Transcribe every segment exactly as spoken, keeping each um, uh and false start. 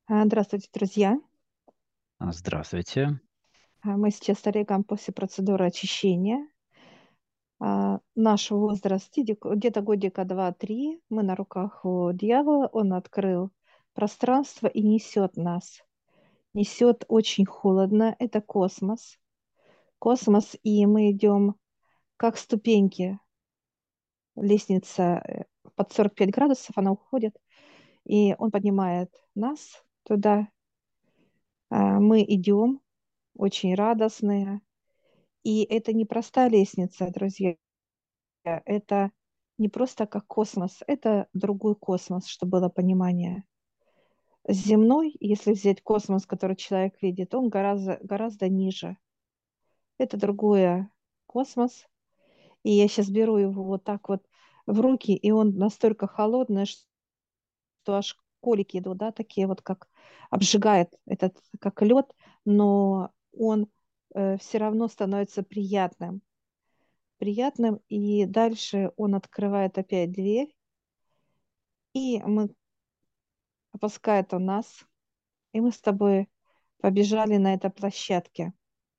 А, Здравствуйте, друзья. А, Здравствуйте. А, Мы сейчас с Олегом после процедуры очищения. А, Наш возраст где- где-то годика два-три. Мы на руках у дьявола. Он открыл пространство и несет нас. Несет очень холодно. Это космос. Космос, и мы идем как ступеньки. Лестница э, под сорок пять градусов, она уходит, и он поднимает нас туда. А, Мы идем очень радостные. И это не простая лестница, друзья. Это не просто как космос, это другой космос, чтобы было понимание. Земной, если взять космос, который человек видит, он гораздо, гораздо ниже. Это другой космос. И я сейчас беру его вот так вот в руки, и он настолько холодный, что аж колики идут, да, такие вот как обжигает этот, как лед, но он все равно становится приятным. Приятным, и дальше он открывает опять дверь, и мы опускает он нас, и мы с тобой побежали на этой площадке.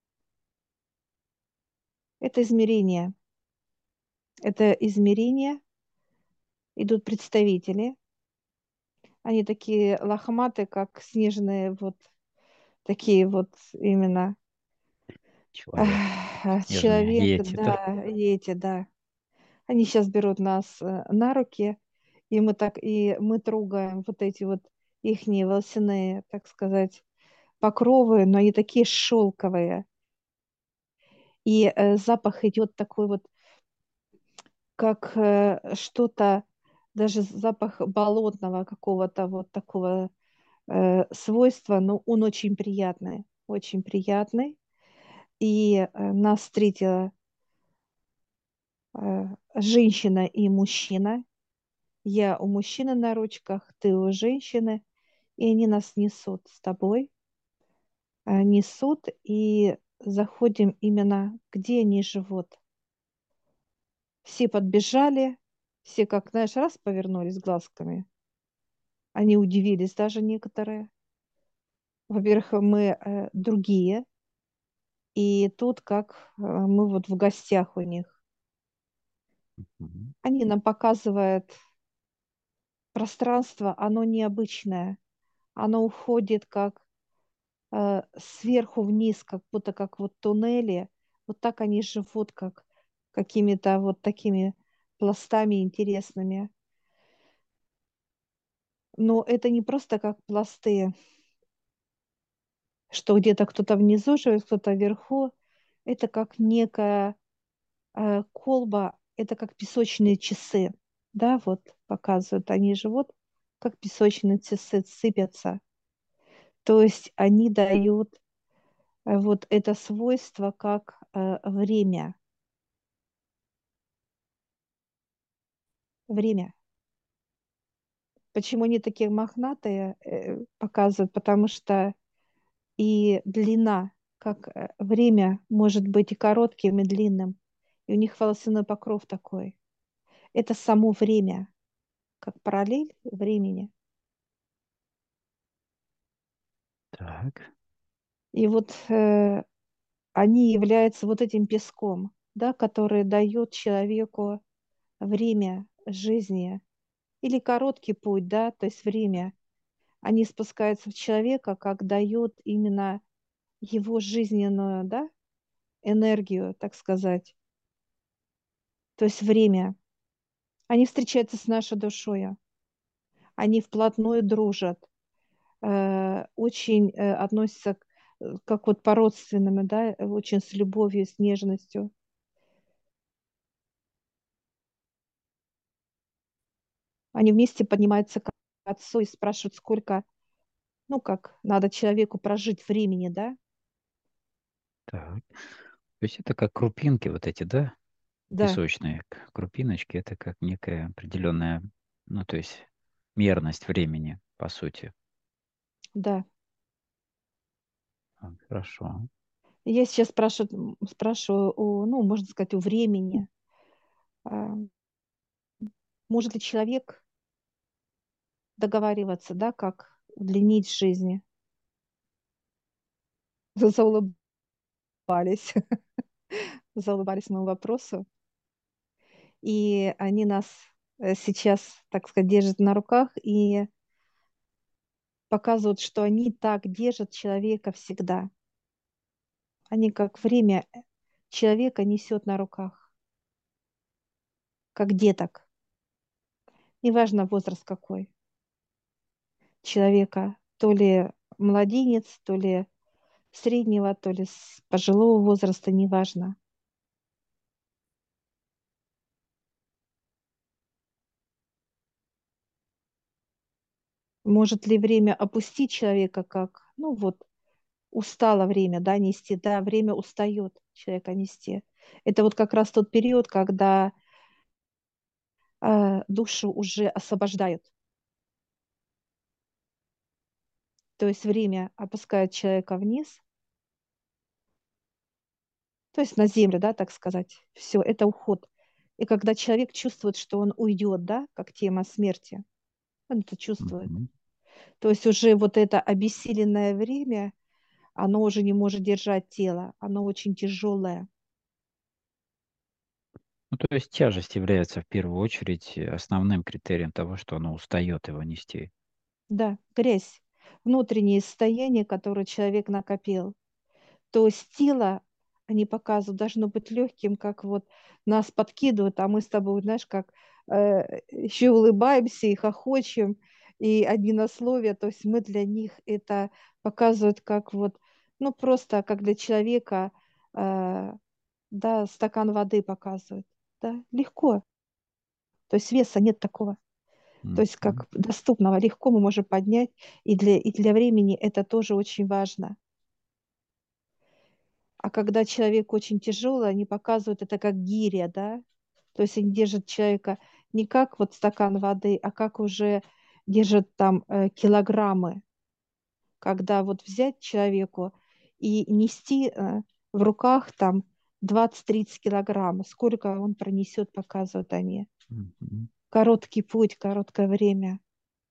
Это измерение. Это измерение. Идут представители. Они такие лохматые, как снежные, вот такие вот именно. Человек. ах, Снежные Человек, йети, да? да, и эти, да. Они сейчас берут нас э, на руки, и мы так, и мы трогаем вот эти вот ихние волосяные, так сказать, покровы, но они такие шелковые. И э, запах идет такой вот, как э, что-то, даже запах болотного какого-то вот такого э, свойства, но он очень приятный, очень приятный. И э, нас встретила э, женщина и мужчина. Я у мужчины на ручках, ты у женщины, и они нас несут с тобой, э, несут, и заходим именно, где они живут. Все подбежали, все, как, знаешь, раз повернулись глазками. Они удивились даже некоторые. Во-первых, мы э, другие, и тут как э, мы вот в гостях у них. Мгм. Они нам показывают пространство, оно необычное. Оно уходит как э, сверху вниз, как будто как вот туннели. Вот так они живут, как какими-то вот такими пластами интересными. Но это не просто как пласты, что где-то кто-то внизу живет, кто-то вверху. Это как некая э, колба, это как песочные часы. Да, вот показывают, они живут, как песочные часы сыпятся. То есть они дают э, вот это свойство как э, время. Время. Почему они такие мохнатые, э, показывают? Потому что и длина, как э, время может быть и коротким, и длинным. И у них волосяной покров такой. Это само время, как параллель времени. Так. И вот э, они являются вот этим песком, да, который дает человеку время жизни или короткий путь, да, то есть время. Они спускаются в человека, как дает именно его жизненную, да, энергию, так сказать, то есть время. Они встречаются с нашей душой, они вплотную дружат, э, очень э, относятся к- э, как вот по-родственному, да, э, очень с любовью, с нежностью. Они вместе поднимаются к отцу и спрашивают, сколько, ну как, надо человеку прожить времени, да? Так. То есть это как крупинки вот эти, да? Да, Песочные к- крупиночки. Это как некая определенная, ну, то есть мерность времени, по сути. да. А, Хорошо. Я сейчас спрашиваю, спрашиваю у, ну, можно сказать, у времени, а, может ли человек договариваться, да, как удлинить жизни. Заулыбались, заулыбались моему вопросу. И они нас э, сейчас, так сказать, держат на руках и показывают, что они так держат человека всегда. Они как время человека несет на руках, как деток. Неважно возраст какой человека, то ли младенец, то ли среднего, то ли с пожилого возраста, неважно. Может ли время опустить человека, как, ну вот, устало время, да, нести, да, время устает человека нести. Это вот как раз тот период, когда э, душу уже освобождают. То есть время опускает человека вниз, то есть на землю, да, так сказать. Все, это уход. И когда человек чувствует, что он уйдет, да, как тема смерти, он это чувствует. Мгм. То есть уже вот это обессиленное время, оно уже не может держать тело, оно очень тяжелое. Ну, то есть тяжесть является в первую очередь э, основным критерием того, что оно устает его нести. Да, грязь, внутреннее состояние, которое человек накопил. То есть тело, они показывают, должно быть легким, как вот нас подкидывают, а мы с тобой, знаешь, как э, еще улыбаемся и хохочем, и одинословие, то есть мы для них это показывают как вот, ну просто как для человека, э, да, стакан воды показывают, да, легко, то есть веса нет такого. То есть Мгм. как доступного, легко мы можем поднять, и для, и для времени это тоже очень важно. А когда человек очень тяжелый, они показывают это как гиря, да? То есть они держат человека не как вот стакан воды, а как уже держат там э, килограммы. Когда вот взять человеку и нести э, в руках там двадцать-тридцать килограмм, сколько он пронесет, показывают они. Мгм. Короткий путь, короткое время.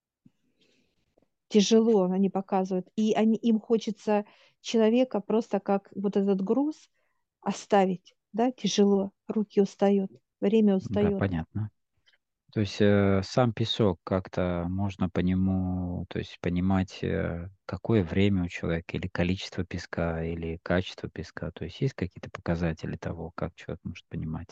Тяжело они показывают. И они, им хочется человека просто как вот этот груз оставить, да, тяжело, руки устают, время Да, устает. понятно. То есть э, сам песок как-то можно по нему, то есть понимать, э, какое время у человека, или количество песка, или качество песка. То есть есть какие-то показатели того, как человек может понимать?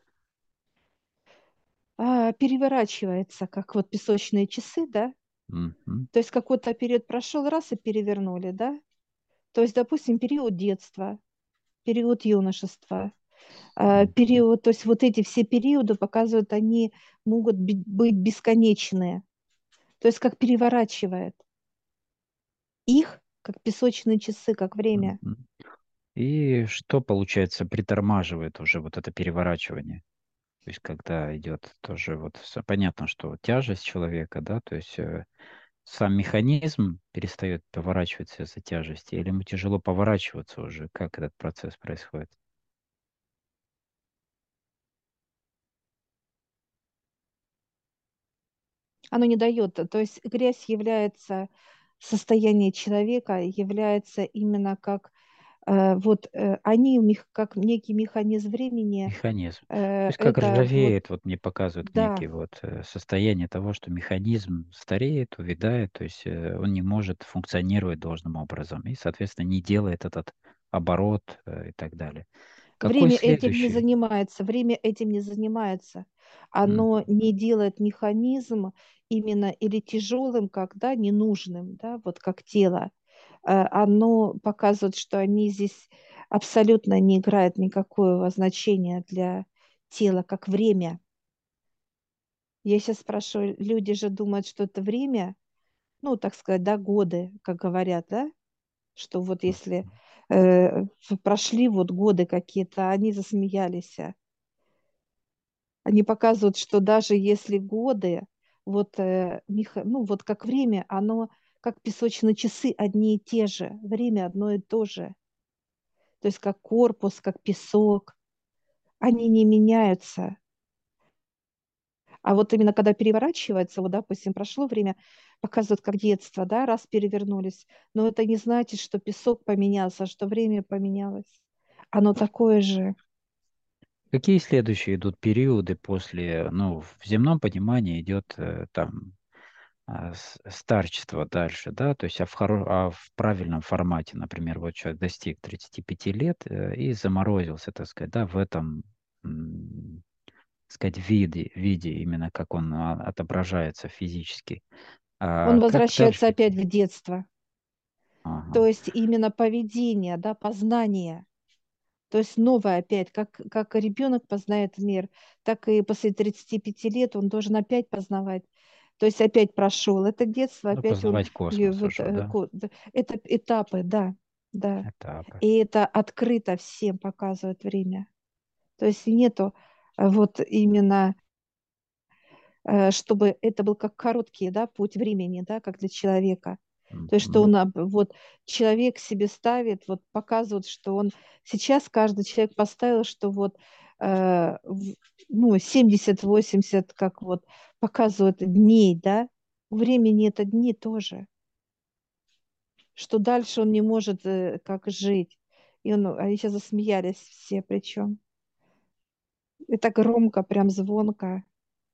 А, переворачивается, как вот песочные часы, да, Мгм. то есть какой-то период прошел, раз и перевернули, да, то есть, допустим, период детства, период юношества, а, Мгм. период, то есть вот эти все периоды показывают, они могут би- быть бесконечные, то есть как переворачивает их, как песочные часы, как время. Мгм. И что, получается, притормаживает уже вот это переворачивание? То есть когда идет тоже вот с- понятно, что тяжесть человека, да, то есть э, сам механизм перестает поворачиваться из-за тяжести, или ему тяжело поворачиваться уже? Как этот процесс происходит? Оно не дает, то есть грязь является состояние человека, является именно как э, вот э, они у них как некий механизм времени, Механизм. э, То есть как это вот, ржавеет, вот мне показывают да, некие вот э, состояние того, что механизм стареет, увядает, то есть э, он не может функционировать должным образом и, соответственно, не делает этот оборот э, и так далее. Какой время этим не следующий? занимается, время этим не занимается. М, Оно не делает механизм именно или тяжелым, как, да, ненужным, да, вот как тело. Э, Оно показывает, что они здесь абсолютно не играют никакого значения для тела, как время. Я сейчас спрашиваю, люди же думают, что это время, ну, так сказать, да, годы, как говорят, да, что вот м, если э, прошли вот годы какие-то, они засмеялись. а. Они показывают, что даже если годы, вот, э, меха- ну, вот как время, оно как песочные часы одни и те же, время одно и то же. То есть как корпус, как песок, они не меняются. А вот именно когда переворачивается, вот, допустим, прошло время, показывают как детство, да, раз перевернулись, но это не значит, что песок поменялся, что время поменялось. Оно такое же. Какие следующие идут периоды после, ну, в земном понимании идет э, там а, с- старчество дальше, да, то есть а в, хоро- а в правильном формате, например, вот человек достиг тридцати пяти лет э, и заморозился, так сказать, да, в этом, м, так сказать, виде, виде именно как он а, отображается физически. Он А как возвращается дальше опять идти? в детство. Ага. То есть именно поведение, да, познание. То есть новое опять, как, как ребенок познает мир, так и после тридцати пяти лет он должен опять познавать. То есть опять прошел это детство, Ну, опять он, познавать и космос вот, уже, э, да, ко- д- это этапы, да, да. этапы. И это открыто всем показывает время. То есть нету э, вот именно э, чтобы это был как короткий, да, путь времени, да, как для человека. То есть, что Мгм. он, об- вот, человек себе ставит, вот, показывает, что он, сейчас каждый человек поставил, что вот, э, в- ну, семьдесят-восемьдесят, как вот показывают дней, да, у времени это дни тоже, что дальше он не может э, как жить. И он, они сейчас засмеялись все, причем. Это громко, прям звонко.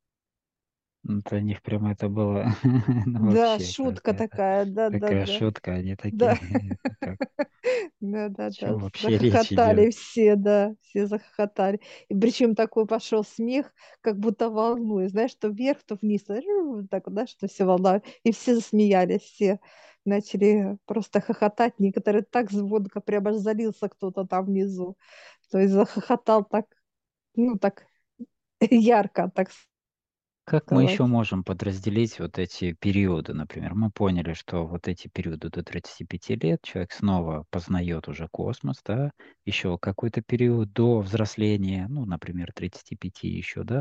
Ну, для них прямо это было, ну, Да, вообще шутка какая-то такая, да, да, такая да. шутка, они Да. такие, это как, о Да-да-да, чем вообще речь идет? захохотали все, да, все захохотали. И причем такой пошел смех, как будто волной, знаешь, то вверх, то вниз, вот так вот, да, что все волна. И все засмеялись, все начали просто хохотать. Некоторые так звонко, прямо аж залился кто-то там внизу. То есть захохотал так, ну, так ярко, так Как мы еще сказать. можем подразделить вот эти периоды, например? Мы поняли, что вот эти периоды до тридцати пяти лет человек снова познает уже космос, да, еще какой-то период до взросления, ну, например, тридцати пяти еще, да,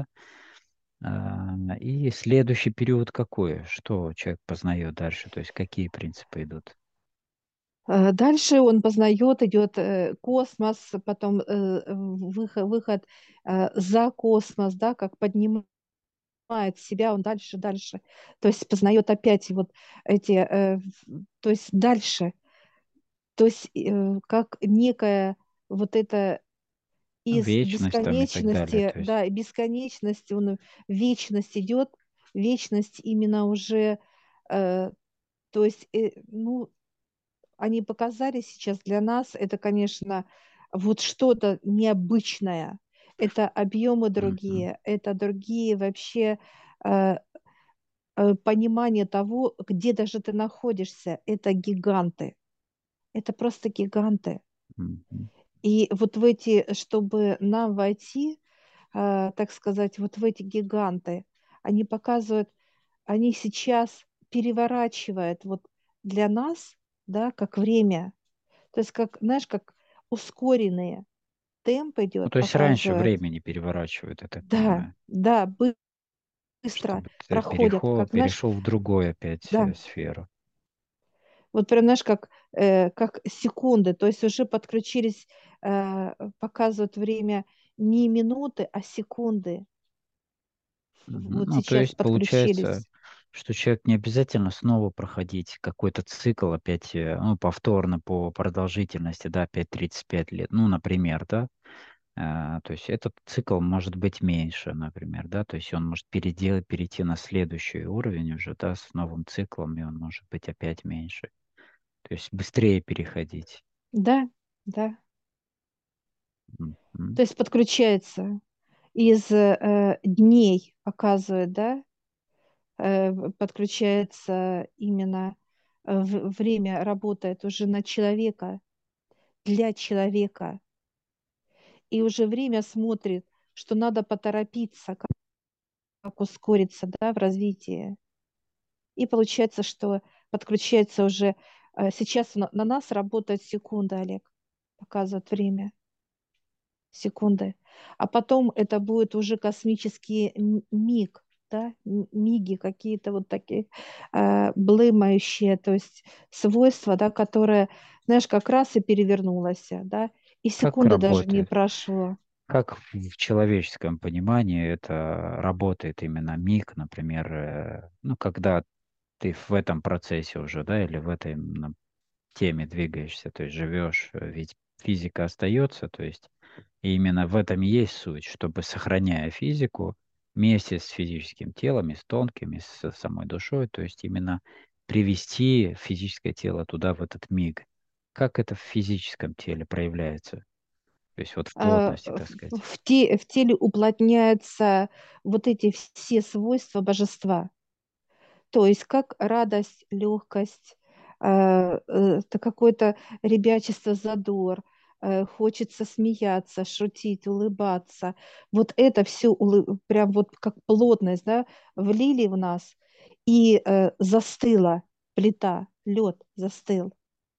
А, и следующий период какой? Что человек познает дальше? То есть какие принципы идут? Э, Дальше он познает, идет э, космос, потом э, выход, выход э, за космос, да, как поднимать себя, он дальше, дальше. То есть познает опять вот эти, э, в- то есть дальше. То есть э, как некая вот это Ну, из вечность там и так далее. бесконечности, То есть да, и бесконечности, он в вечность идет, вечность именно уже, э, то есть, э, ну, они показали сейчас для нас, это, конечно, вот что-то необычное. Это объемы мгм. другие, это другие вообще э, э, понимание того, где даже ты находишься. Это гиганты. Это просто гиганты. Мгм. И вот в эти, чтобы нам войти, э, так сказать, вот в эти гиганты, они показывают, они сейчас переворачивают вот для нас, да, как время. То есть, как, знаешь, как ускоренные темп Ну, идет, то есть раньше показывает. времени переворачивают, я так Да, понимаю, да, бы- быстро чтобы ты проходят, переход, как, знаешь, перешел в другую опять да, э, сферу. вот прям, знаешь, как, э, как секунды, то есть уже подключились, э, показывают время не минуты, а секунды. Мгм. Вот Ну, то сейчас есть получается, подключились. что человек не обязательно снова проходить какой-то цикл опять, э, ну, повторно по продолжительности, да, опять тридцать пять лет, ну, например, да. А, то есть этот цикл может быть меньше, например, да, то есть он может переделать, перейти на следующий уровень уже, да, с новым циклом, и он может быть опять меньше. То есть быстрее переходить. Да, да. Мгм. То есть подключается из э, дней, показывает, да, э, подключается именно э, в- время работает уже на человека, для человека. И уже время смотрит, что надо поторопиться, как, как ускориться, да, в развитии. И получается, что подключается уже... э, Сейчас на, на нас работает секунда, Олег, показывает время, секунды. А потом это будет уже космический м- миг, да, м- миги какие-то вот такие э, блымающие, то есть свойства, да, которые, знаешь, как раз и перевернулось, да, и Как секунды даже не работает? прошло. Как в в человеческом понимании это работает именно миг, например, э, ну, когда ты в этом процессе уже, да, или в этой м, теме двигаешься, то есть живешь, э, ведь физика остается, то есть и именно в этом и есть суть, чтобы, сохраняя физику, вместе с физическим телом, и с тонким, и с самой душой, то есть именно привести физическое тело туда, в этот миг. Как это в физическом теле проявляется? То есть вот в А, плотности, в, так сказать. в те- в теле уплотняются вот эти все свойства божества. То есть как радость, легкость, э, э, это какое-то ребячество, задор, э, хочется смеяться, шутить, улыбаться. Вот это все прям вот как плотность, да, влили в нас, и э, застыла плита, лед застыл.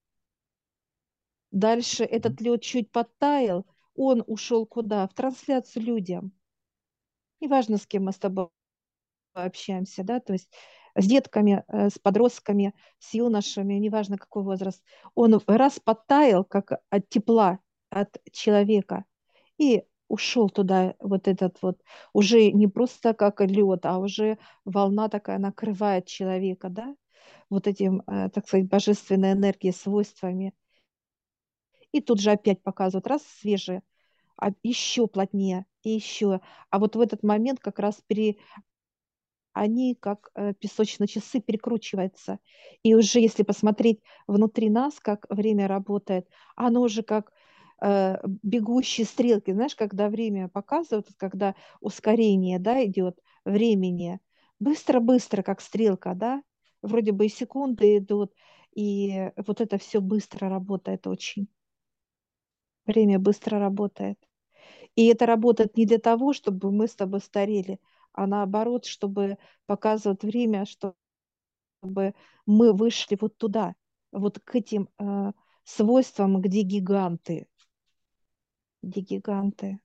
Дальше Мгм. этот лед чуть подтаял, он ушел куда? В трансляцию людям. Неважно, с кем мы с тобой общаемся, да, то есть с детками, э, с подростками, с юношами, неважно какой возраст, он раз подтаял, как от тепла, от человека, и ушел туда вот этот вот, уже не просто как лед, а уже волна такая накрывает человека, да, вот этим, э, так сказать, божественной энергией, свойствами. И тут же опять показывают, раз свежие, а еще плотнее, и еще. А вот в этот момент как раз пере, они как э, песочные часы перекручиваются. И уже если посмотреть внутри нас, как время работает, оно уже как э, бегущие стрелки. Знаешь, когда время показывают, когда ускорение, да, идет времени, быстро-быстро, как стрелка, да, вроде бы и секунды идут, и вот это все быстро работает очень. Время быстро работает. И это работает не для того, чтобы мы с тобой старели, а наоборот, чтобы показывать время, чтобы мы вышли вот туда, вот к этим э, свойствам, где гиганты, где гиганты,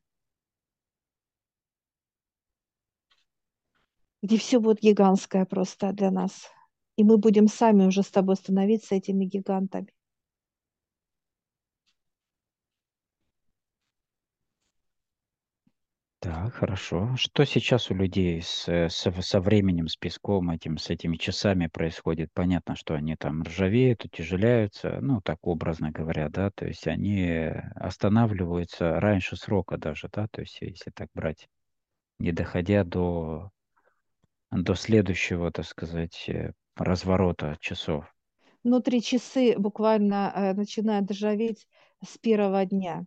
где все будет гигантское просто для нас. И мы будем сами уже с тобой становиться этими гигантами. Так, хорошо. Что сейчас у людей с, э, со, со временем, с песком этим, с этими часами происходит? Понятно, что они там ржавеют, утяжеляются, ну, так образно говоря, да, то есть они останавливаются раньше срока даже, да, то есть если так брать, не доходя до, до следующего, так сказать, э, разворота часов. Внутри часы буквально э, начинают ржаветь с первого дня.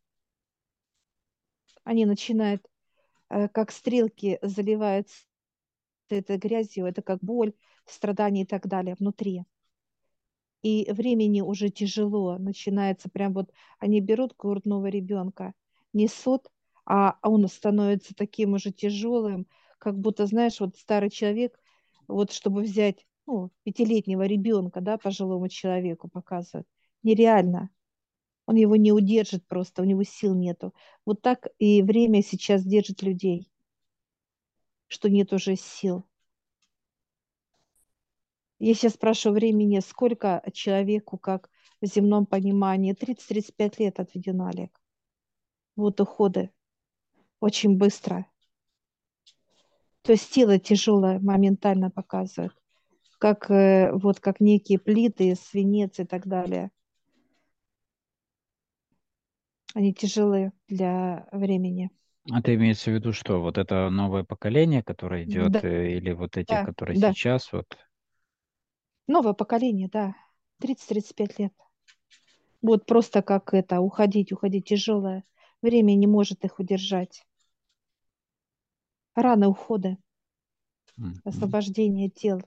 Они начинают, э, как стрелки, заливаются этой грязью, это как боль, страдания и так далее внутри. И времени уже тяжело, начинается прям вот, они берут грудного ребенка, несут, а он становится таким уже тяжелым, как будто, знаешь, вот старый человек, вот чтобы взять, ну, пятилетнего ребенка, да, пожилому человеку показывают, нереально. Он его не удержит просто, у него сил нету. Вот так и время сейчас держит людей, что нет уже сил. Я сейчас спрашиваю времени, сколько человеку, как в земном понимании, тридцать пять лет отведено, Олег. Вот уходы очень быстро. То есть тело тяжелое моментально показывает, как, э, вот, как некие плиты, свинец и так далее. Они тяжелые для времени. А ты имеется в виду, что вот это новое поколение, которое идет, Да, э, или вот эти, да, которые да. сейчас, вот. Новое поколение, да. тридцать пять лет. Вот просто как это, уходить, уходить тяжелое. Время не может их удержать. Раны ухода, Мгм. освобождение тел.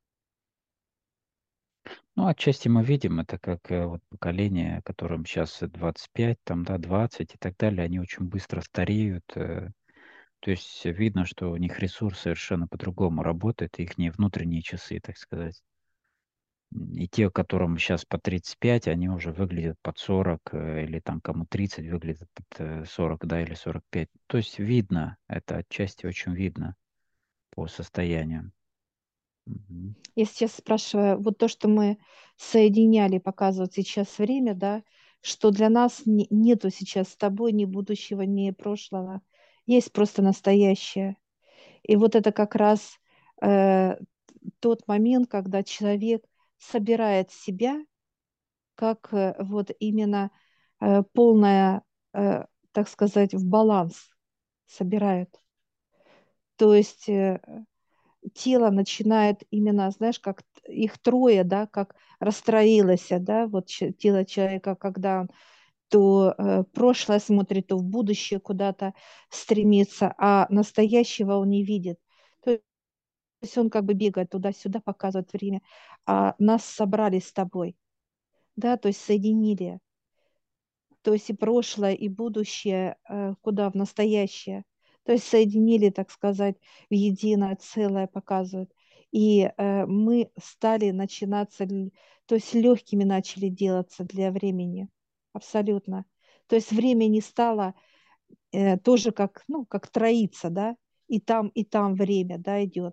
Ну, отчасти мы видим это как э, вот поколение, которым сейчас двадцать пять, там, да, двадцать и так далее, они очень быстро стареют. э, То есть видно, что у них ресурс совершенно по-другому работает, их внутренние часы, так сказать. М, И те, которым сейчас по тридцать пять, они уже выглядят под сорок, э, или там кому тридцать выглядят под э, сорок, да, или сорок пять. То есть видно, это отчасти очень видно по состоянию. Мгм. Я сейчас спрашиваю, вот то, что мы соединяли, показывает сейчас время, да, что для нас не- нету сейчас с тобой ни будущего, ни прошлого. Есть просто настоящее. И вот это как раз э, тот момент, когда человек собирает себя как э, вот именно э, полная, э, так сказать, в баланс собирает. То есть э, тело начинает именно, знаешь, как т- их трое, да, как расстроилось, да, вот че- тело человека, когда он то э, прошлое смотрит, то в будущее куда-то стремится, а настоящего он не видит. То есть он как бы бегает туда-сюда, показывает время, а нас собрали с тобой, да, то есть соединили. То есть и прошлое, и будущее, э, куда в настоящее. То есть соединили, так сказать, в единое целое, показывают. И э, мы стали начинаться, л- то есть легкими начали делаться для времени. Абсолютно. То есть время не стало э, тоже как, ну, как троица, да, и там, и там время, да, идет.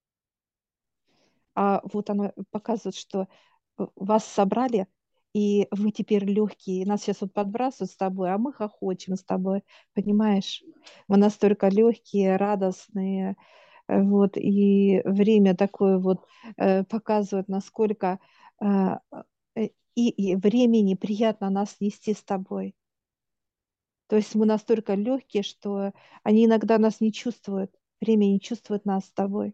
А вот оно показывает, что э, вас собрали, и вы теперь легкие, и нас сейчас вот подбрасывают с тобой, а мы хохочем с тобой, понимаешь? Мы настолько легкие, радостные, э, вот, и время такое вот э, показывает, насколько э, э, и, и времени приятно нас нести с тобой. То есть мы настолько легкие, что они иногда нас не чувствуют, время не чувствует нас с тобой.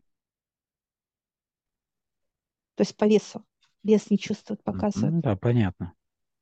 То есть по весу. Вес не чувствует, показывает. Мгм, да, понятно.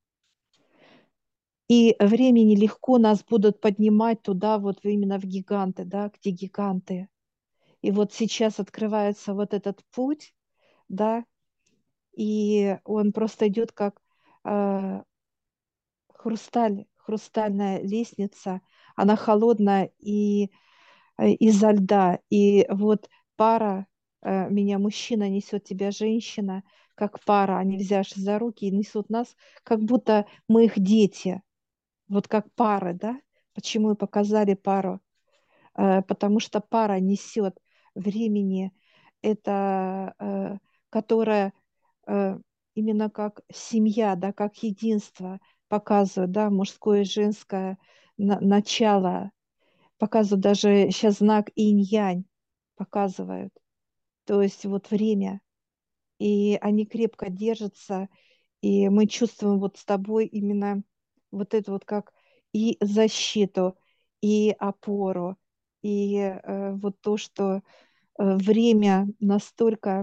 И времени легко нас будут поднимать туда, вот именно в гиганты, да, где гиганты. И вот сейчас открывается вот этот путь, да, и он просто идет как э, хрусталь, хрустальная лестница, она холодная и э, изо льда. И вот пара, э, меня мужчина несет, тебя женщина, как пара, они взявшись за руки и несут нас, как будто мы их дети. Вот как пары, да? Почему и показали пару? Э, Потому что пара несет времени, это, э, которая э, именно как семья, да, как единство показывает, да, мужское и женское на- начало, показывают даже сейчас знак инь-янь, показывают, то есть вот время, и они крепко держатся, и мы чувствуем вот с тобой именно вот это вот как и защиту, и опору, и э, вот то, что э, время настолько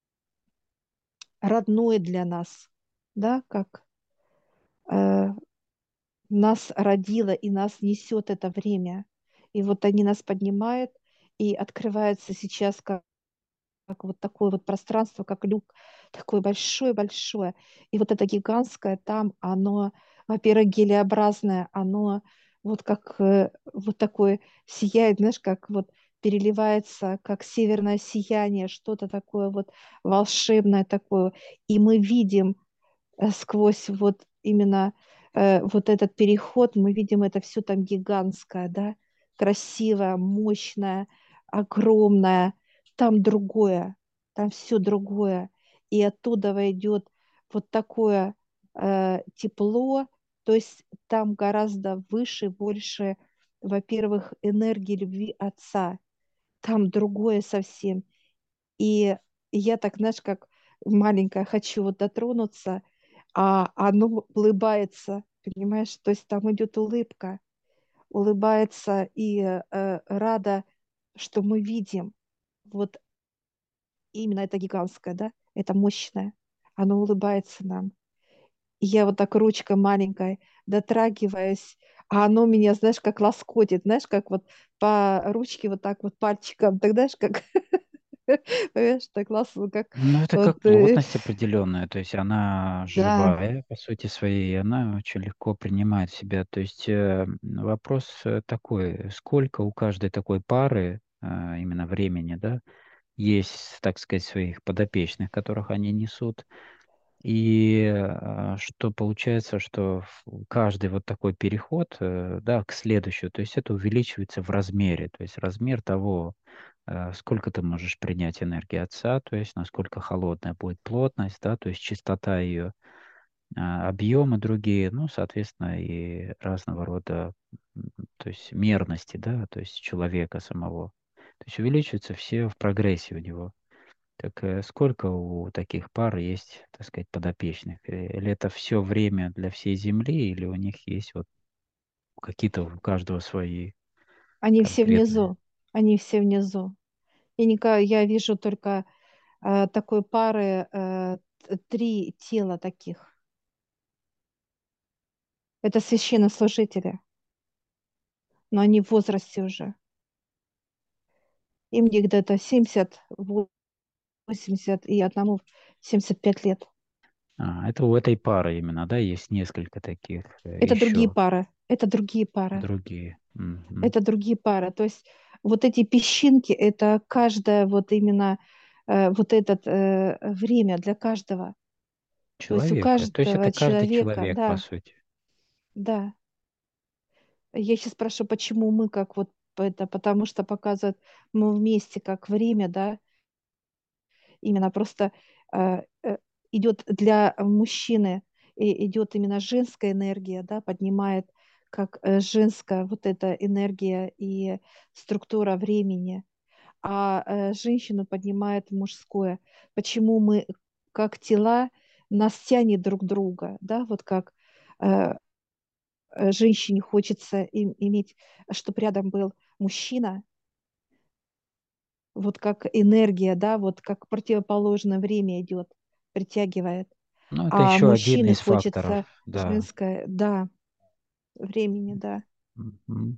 родное для нас, да, как э, нас родило и нас несет это время. И вот они нас поднимают, и открывается сейчас как как вот такое вот пространство, как люк, такое большое-большое. И вот это гигантское там, оно, во-первых, гелеобразное, оно вот как э, вот такое сияет, знаешь, как вот переливается, как северное сияние, что-то такое вот волшебное такое. И мы видим э, сквозь вот именно э, вот этот переход, мы видим это все там гигантское, да, красивое, мощное, огромное, там другое, там все другое, и оттуда войдет вот такое э, тепло, то есть там гораздо выше, больше, во-первых, энергии любви Отца, там другое совсем, и я так, знаешь, как маленькая хочу вот дотронуться, а оно улыбается, понимаешь? То есть там идет улыбка, улыбается и э, рада, что мы видим. Вот именно это гигантское, да? Это мощное. Оно улыбается нам. И я вот так ручкой маленькой дотрагиваюсь, а оно меня, знаешь, как лоскотит, знаешь, как вот по ручке вот так вот пальчиком, так знаешь, как понимаешь, так классно, как Ну, это как вот, э, плотность определенная, то есть она да, живая по сути своей, и она очень легко принимает в себя. То есть э, вопрос э, такой, сколько у каждой такой пары а, именно времени, да, есть, так сказать, своих подопечных, которых они несут, и а, что получается, что в- каждый вот такой переход, э, да, к следующему, то есть это увеличивается в размере, то есть размер того, э, сколько ты можешь принять энергии Отца, то есть насколько холодная будет плотность, да, то есть частота ее, а, объемы другие, ну, соответственно, и разного рода, м, то есть мерности, да, то есть человека самого. То есть увеличиваются все в прогрессии у него. Так э, сколько у таких пар есть, так сказать, подопечных? Э, Или это все время для всей Земли, или у них есть вот какие-то у каждого свои Они все конкретные? внизу. Они все внизу. Я, ника- я вижу только э, такой пары, э, т- три тела таких. Это священнослужители, но они в возрасте уже. Им где-то семьдесят, восемьдесят и одному семьдесят пять лет. А, это у этой пары именно, да, есть несколько таких э, Это другие еще пары. Это другие пары. другие. Мгм. Это другие пары. То есть вот эти песчинки, это каждое вот именно э, вот это э, время для каждого. То есть у Человека. То есть это каждого каждый человека, человек, по да, сути. да. Я сейчас спрашиваю, почему мы как вот это, потому что показывают мы вместе как время, да, именно просто э, э, идет для мужчины, и идет именно женская энергия, да, поднимает как э, женская вот эта энергия и структура времени, а э, женщину поднимает мужское. Почему мы как тела нас тянет друг друга, да, вот как э, э, женщине хочется им, иметь, чтобы рядом был мужчина, вот как энергия, да, вот как противоположное время идет, притягивает. Ну, это А еще один мужчине из факторов, хочется да. женское, да, времени, да. Мгм.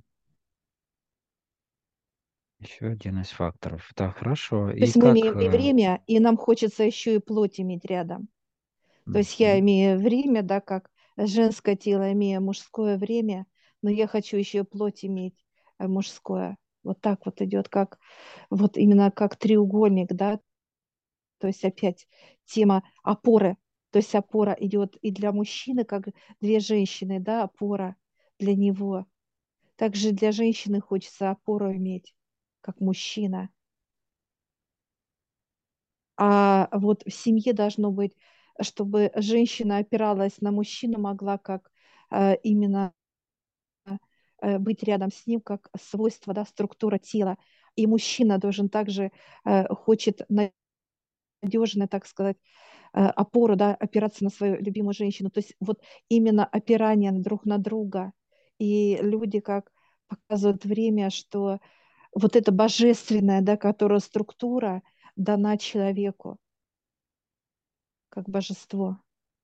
Еще один из факторов. Да, хорошо. То И есть мы как... имеем и э, время, и нам хочется еще и плоть иметь рядом. То есть я мгм. имею время, да, как женское тело, имея мужское время, но я хочу еще и плоть иметь э, мужское. Вот так вот идет, как вот именно как треугольник, да, то есть опять тема опоры. То есть опора идет и для мужчины, как две женщины, да, опора для него. Также для женщины хочется опору иметь, как мужчина. А вот в семье должно быть, чтобы женщина опиралась на мужчину, могла как э, именно э, быть рядом с ним, как свойство, да, структура тела. И мужчина должен также э, хочет надежно, так сказать, э, опору, да, опираться на свою любимую женщину. То есть вот именно опирание друг на друга. И люди как показывают время, что вот эта божественная, да, которая структура дана человеку как божество.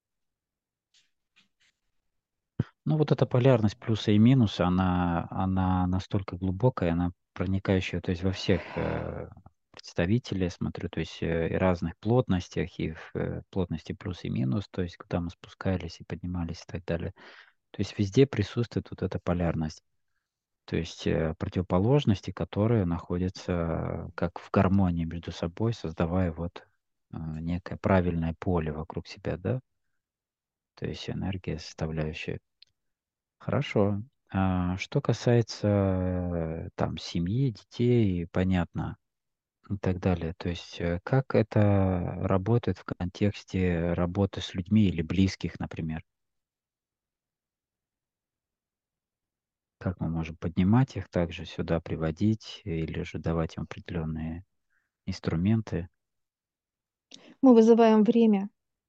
Ну, вот эта полярность плюса и минуса, она, она настолько глубокая, она проникающая, то есть во всех э, представителей, я смотрю, то есть э, и разных плотностях, и в э, плотности плюс и минус, то есть куда мы спускались и поднимались и так далее. То есть везде присутствует вот эта полярность. То есть э, противоположности, которые находятся э, как в гармонии между собой, создавая вот э, некое правильное поле вокруг себя, да? То есть энергия, составляющая. Хорошо. А что касается э, там семьи, детей, понятно, и так далее. То есть э, как это работает в контексте работы с людьми или близких, например? Как мы можем поднимать их также сюда, приводить или же давать им определенные инструменты? Мы вызываем время,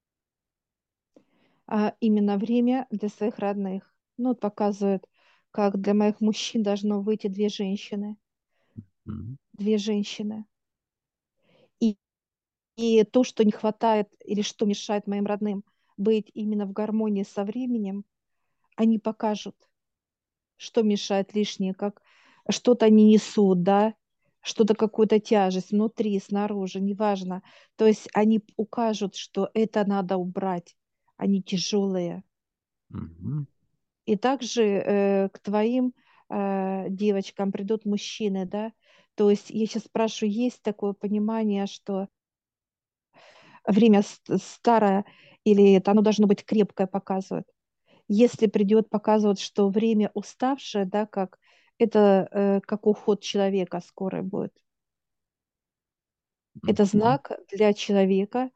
а именно время для своих родных. Ну, вот показывает, как для моих мужчин должно выйти две женщины. Мгм. Две женщины. И, и то, что не хватает или что мешает моим родным быть именно в гармонии со временем, они покажут, что мешает лишнее, как что-то они несут, да, что-то, какую-то тяжесть внутри, снаружи, неважно. То есть они укажут, что это надо убрать, они тяжелые. Мгм. И также э, к твоим э, девочкам придут мужчины, да. То есть я сейчас спрашиваю, есть такое понимание, что время с- старое или это оно должно быть крепкое показывает? Если придет показывать, что время уставшее, да, как это э, как уход человека скорый будет. Это Мгм. знак для человека,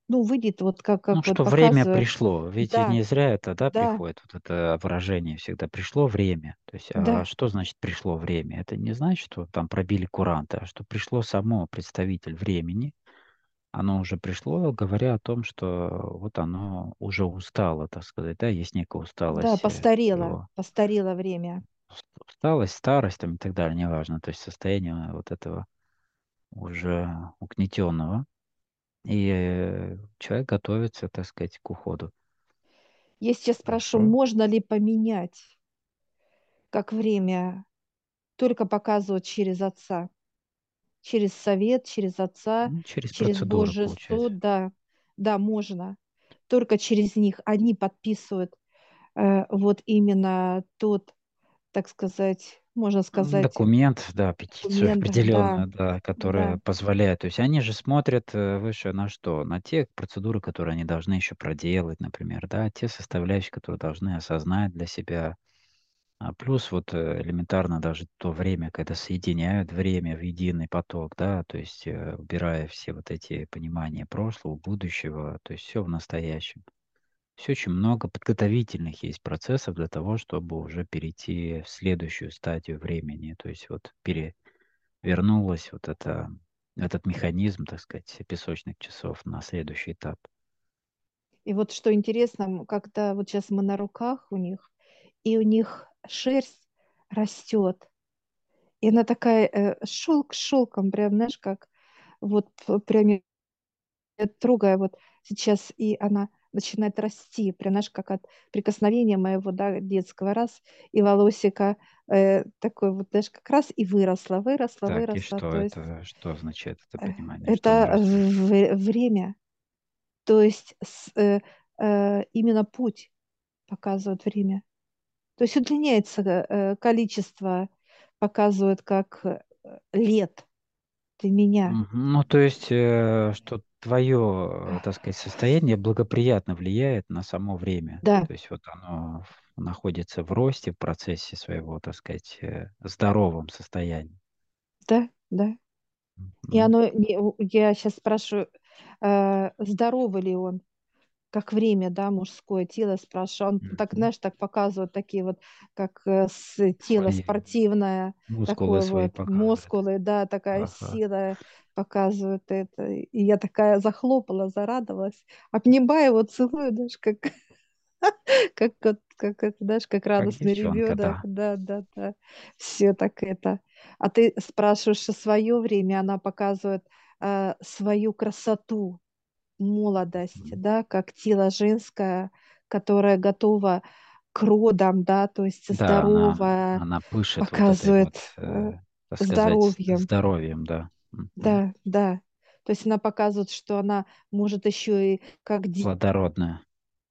ну, выйдет вот как, Ну, как вот что время показывает. пришло. Ведь и Да, не зря это, да, да, приходит, вот это выражение всегда. Пришло время. То есть, а да. что значит пришло время? Это не значит, что там пробили куранты, а что пришло само представитель времени. Оно уже пришло, говоря о том, что вот оно уже устало, так сказать, да, есть некая Да, усталость э, постарело, его. постарело время. Уст- Усталость, старость там и так далее, неважно. То есть состояние вот этого уже угнетенного. И э, человек готовится, так сказать, к уходу. Если я спрошу, Хорошо. можно ли поменять, как время только показывают через отца, через совет, через отца, Ну, через через процедуру Божий получается. суд, да, да, можно. Только через них они подписывают э, вот именно тот, так сказать, можно М, сказать, Документ, да, петицию документ, да, определенную, да, которая да. позволяет. То есть они же смотрят э, выше на что? На те процедуры, которые они должны еще проделать, например, да, те составляющие, которые должны осознать для себя. А плюс вот э, элементарно даже то время, когда соединяют время в единый поток, да, то есть э, убирая все вот эти понимания прошлого, будущего, то есть все в настоящем. Все очень много подготовительных есть процессов для того, чтобы уже перейти в следующую стадию времени. То есть вот перевернулась вот это, этот механизм, так сказать, песочных часов на следующий этап. И вот что интересно, м, когда вот сейчас мы на руках у них, и у них шерсть растет, и она такая э, шелк шелком, прям, знаешь, как вот п- прям я трогаю вот сейчас, и она начинает расти, прям, знаешь, как от прикосновения моего, да, детского раз, и волосика э, такой вот, знаешь, как раз и выросла, выросла, Так, и выросла. что То есть это, что означает это э, понимание, что она это растет? в- время, то есть с- э, э, именно путь показывает время. То есть удлиняется э, количество, показывает как э, лет для меня. Мгм. Ну, то есть, э, что твое, так сказать, состояние благоприятно влияет на само время. Да, То есть вот оно в- находится в росте, в процессе своего, так сказать, э, здоровом состоянии. да, да. И Мгм. оно, не- у- я сейчас спрашиваю, э, здоровый ли он, как время, да, мужское тело, спрашиваю. Он так, Мгм. знаешь, так показывает такие вот, как э, с, тело Свои спортивное, мускулы такое свои вот, показывает. мускулы, да, такая Ага. сила показывает это. И я такая захлопала, зарадовалась, обнимаю его, целую, знаешь, как Как, вот- как, это, знаешь, как Как радостный девчонка, ребенок, да. да, да, да, все так это. А ты спрашиваешь о свое время, она показывает э, свою красоту, молодость, Мгм. да, как тело женское, которое готово к родам, да, то есть Да, она, здоровое, она пышет вот этой показывает вот, э, э, так сказать, здоровьем, здоровьем, да. Мгм. да, да. То есть она показывает, что она может еще и как Плодородная.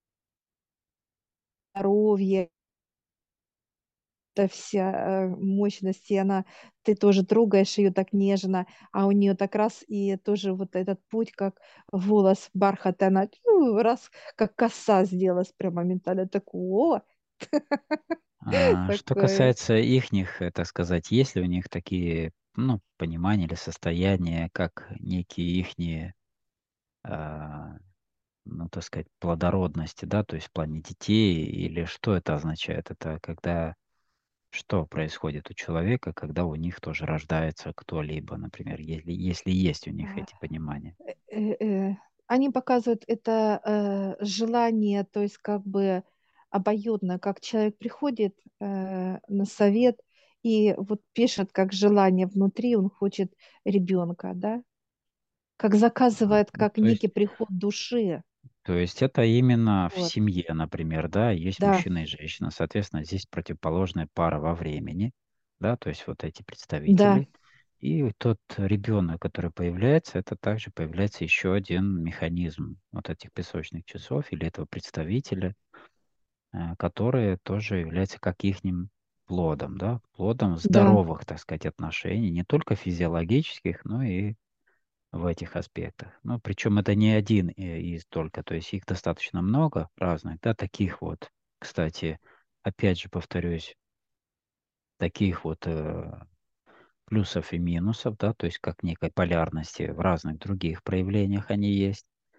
здоровье, эта вся э, мощность, и она, ты тоже трогаешь ее так нежно, а у нее так раз и тоже вот этот путь, как волос бархат, она тю, раз, как коса сделалась прям моментально, такое, А, что такое. касается ихних, э, так сказать, есть ли у них такие, ну, понимания или состояния, как некие ихние, а, ну, так сказать, плодородности, да, то есть в плане детей, или что это означает? Это когда, что происходит у человека, когда у них тоже рождается кто-либо, например, если, если есть у них эти понимания. Э, э, Они показывают это э, желание, то есть как бы обоюдно, как человек приходит э, на совет и вот пишет как желание внутри, он хочет ребенка, да, как А, заказывает, ну, как то некий есть приход души. То есть это именно в Вот. семье, например, да, есть Да, мужчина и женщина, соответственно, здесь противоположная пара во времени, да, то есть вот эти да, представители. И вот тот ребенок, который появляется, это также появляется еще один механизм вот этих песочных часов или этого представителя, э, который тоже является как ихним плодом, да, плодом да, здоровых, так сказать, отношений, не только физиологических, но и в этих аспектах. Ну, причем это не один э, из только, то есть их достаточно много разных, да, таких вот, кстати, опять же повторюсь, таких вот э, плюсов и минусов, да, то есть как некой полярности в разных других проявлениях они есть.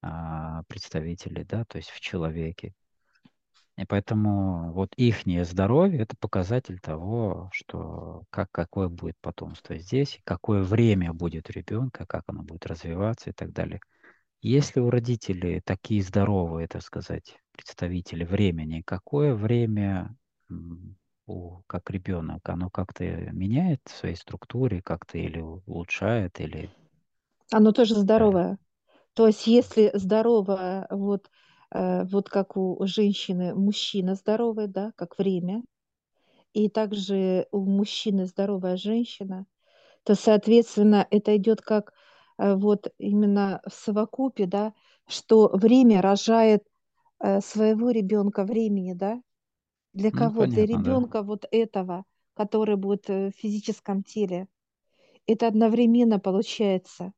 а, представителей, да, то есть в человеке. И поэтому вот ихнее здоровье — это показатель того, что как, какое будет потомство здесь, и какое время будет у ребенка, как оно будет развиваться и так далее. Если у родителей такие здоровые, так сказать, представители времени, какое время м, у, как ребенок, оно как-то меняет в своей структуре, как-то или улучшает, или Оно тоже далее. здоровое. То есть если здоровое, вот, э, вот как у женщины мужчина здоровый, да, как время, и также у мужчины здоровая женщина, то, соответственно, это идет как э, вот именно в совокупе, да, что время рожает э, своего ребенка времени, да. Для Ну, кого? Для понятно, да. ребенка вот этого, который будет э, в физическом теле. Это одновременно получается.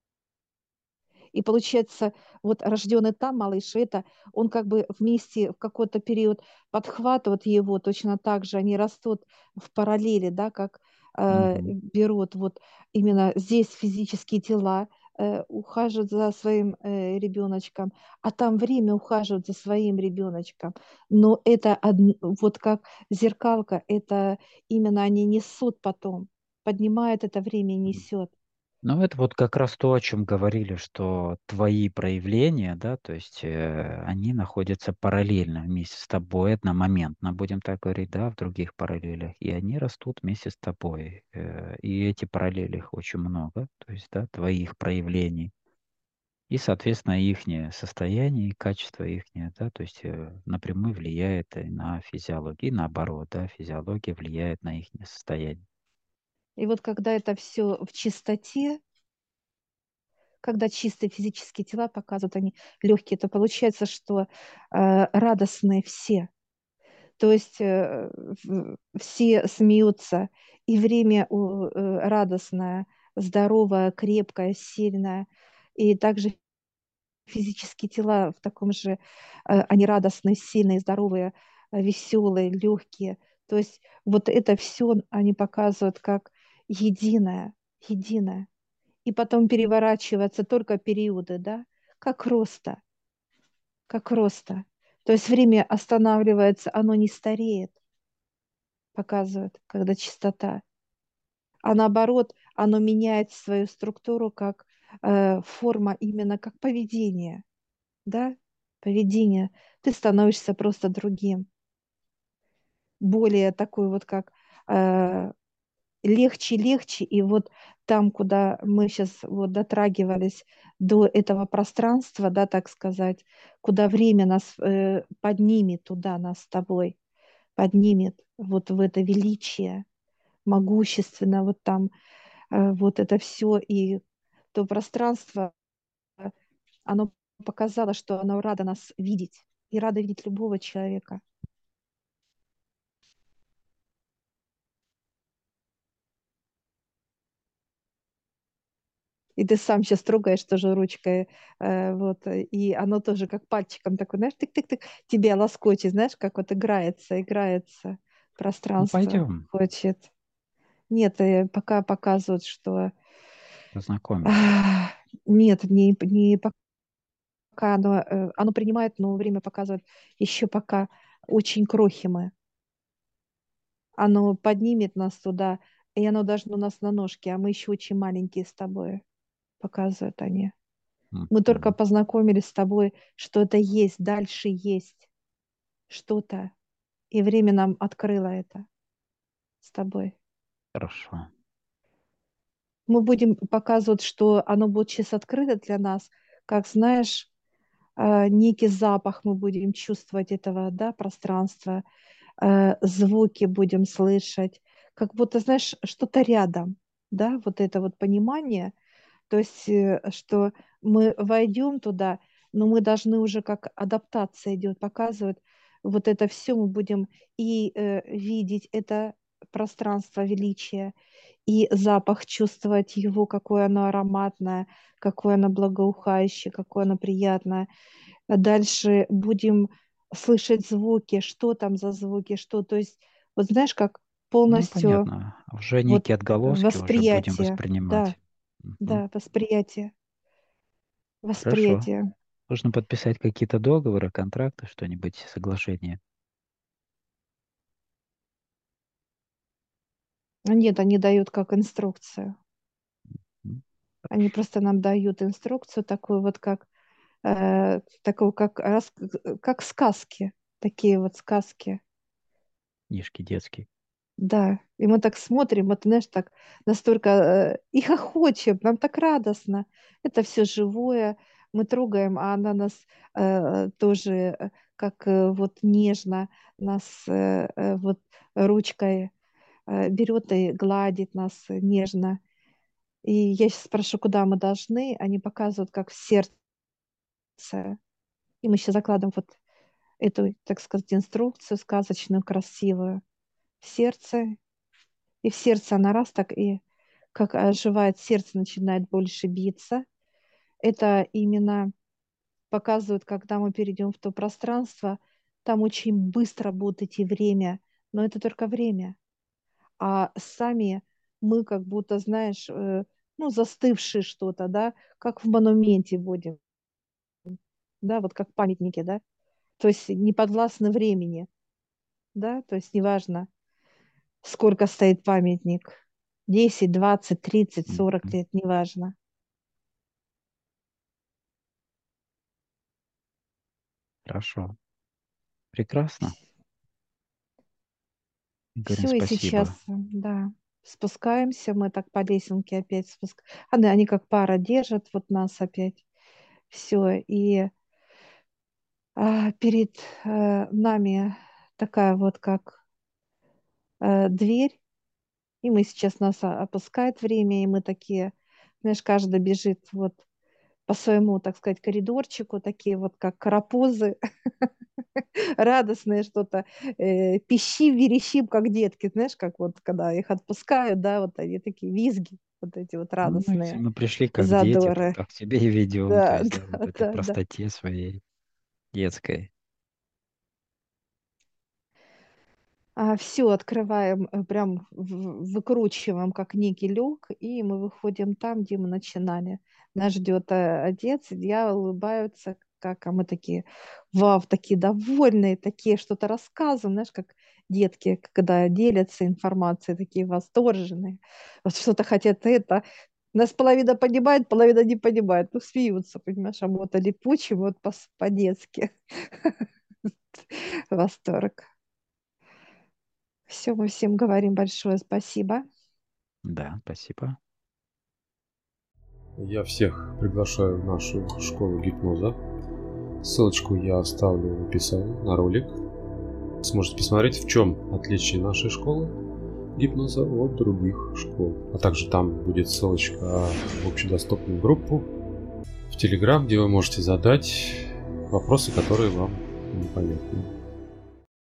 И получается, вот рожденный там малыш, это он как бы вместе в какой-то период подхватывает его, точно так же они растут в параллели, да, как э, Мгм. берут вот именно здесь физические тела, э, ухаживают за своим э, ребеночком, а там время ухаживают за своим ребеночком. Но это одн- вот как зеркалка, это именно они несут потом, поднимает это время и несет. Ну, это вот как раз то, о чем говорили, что твои проявления, да, то есть э, они находятся параллельно вместе с тобой, одномоментно, будем так говорить, да, в других параллелях, и они растут вместе с тобой. Э, и эти параллели их очень много, то есть, да, твоих проявлений, и, соответственно, их состояние и качество их, да, то есть э, напрямую влияет и на физиологию, и наоборот, да, физиология влияет на их состояние. И вот когда это все в чистоте, когда чистые физические тела показывают, они легкие, то получается, что э, радостные все. То есть э, в- все смеются, и время у- э, радостное, здоровое, крепкое, сильное. И также физические тела в таком же, э, они радостные, сильные, здоровые, э, веселые, легкие. То есть вот это все они показывают как единое, единое. И потом переворачиваться только периоды, да, как роста, как роста. То есть время останавливается, оно не стареет, показывает, когда чистота. А наоборот, оно меняет свою структуру как э, форма, именно как поведение, да, поведение. Ты становишься просто другим, более такой вот как э, легче, легче, и вот там, куда мы сейчас вот дотрагивались до этого пространства, да, так сказать, куда время нас э, поднимет туда, нас с тобой, поднимет вот в это величие, могущественно, вот там э, вот это все, и то пространство, оно показало, что оно радо нас видеть, и радо видеть любого человека. И ты сам сейчас трогаешь тоже ручкой, э, вот, э, и оно тоже как пальчиком такой, знаешь, тык-тык-тык, тебя лоскочет, знаешь, как вот играется, играется Ну, пространство, пойдем, хочет. Нет, э, пока показывают, что познакомимся. а, нет, не, не пока оно, э, оно принимает, но время показывает еще пока очень крохи мы. Оно поднимет нас туда, и оно должно нас на ножки, а мы еще очень маленькие с тобой, показывают они. Мы только Мгм. познакомились с тобой, что это есть, дальше есть что-то. И время нам открыло это с тобой. Хорошо. Мы будем показывать, что оно будет сейчас открыто для нас, как, знаешь, э, некий запах мы будем чувствовать этого, да, пространства, э, звуки будем слышать, как будто, знаешь, что-то рядом, да, вот это вот понимание. То есть, э, что мы войдем туда, но мы должны уже как адаптация идет, показывает вот это все мы будем и э, видеть это пространство величия, и запах чувствовать его, какое оно ароматное, какое оно благоухающее, какое оно приятное. А дальше будем слышать звуки, что там за звуки, что, то есть, вот знаешь, как Ну, полностью понятно. Уже вот некие отголоски уже будем восприятие, воспринимать. да, Мгм. да, восприятие, Хорошо. восприятие. Нужно подписать какие-то договоры, контракты, что-нибудь, соглашение. Нет, они дают как инструкцию. М, Они Хорошо. просто нам дают инструкцию такую вот, как, э, такую, как, рас- как сказки. Такие вот сказки. Книжки детские. Да, и мы так смотрим, вот, знаешь, так настолько э, и хохочем, нам так радостно. Это все живое, мы трогаем, а она нас э, тоже э, как э, вот нежно нас э, э, вот ручкой э, берет и гладит нас нежно. И я сейчас спрошу, куда мы должны, они показывают, как в сердце. И мы сейчас закладываем вот эту, так сказать, инструкцию сказочную, красивую в сердце. И в сердце она раз так и как оживает, сердце начинает больше биться. Это именно показывает, когда мы перейдем в то пространство, там очень быстро будет идти время, но это только время. А сами мы как будто, знаешь, э, ну, застывшие что-то, да, как в монументе будем, да, вот как памятники, да, то есть не подвластны времени, да, то есть неважно, сколько стоит памятник, десять, двадцать, тридцать, сорок Мгм. лет, неважно. Хорошо. Прекрасно. Говорим Все, и сейчас, спасибо. да, спускаемся, мы так по лесенке опять спускаемся. Они, они как пара держат вот нас опять. Все, и а, перед э, нами такая вот как э, дверь, и мы сейчас нас а- опускает время, и мы такие, знаешь, каждый бежит вот по своему, так сказать, коридорчику, такие вот как карапузы, радостные что-то, э, пищим, верещим, как детки, знаешь, как вот когда их отпускают, да, вот они такие визги, вот эти вот Ну, если радостные, мы пришли как дети, то задоры. так себя и ведем. То Да, есть, да, да, вот этой да, да. простоте своей детской. А все открываем, э, прям в- выкручиваем как некий люк, и мы выходим там, где мы начинали. Нас ждет э, отец, дьявол улыбаются, как, а мы такие, вау, такие довольные, такие что-то рассказываем, знаешь, как детки, когда делятся информацией, такие восторженные, вот что-то хотят это. Нас половина понимает, половина не понимает, ну, смеются, понимаешь, а мы вот липучим, вот по- по-детски. Восторг. Все, мы всем говорим большое спасибо. Да, спасибо. Я всех приглашаю в нашу школу гипноза. Ссылочку я оставлю в описании на ролик. Сможете посмотреть, в чем отличие нашей школы гипноза от других школ. А также там будет ссылочка в общедоступную группу в Telegram, где вы можете задать вопросы, которые вам непонятны.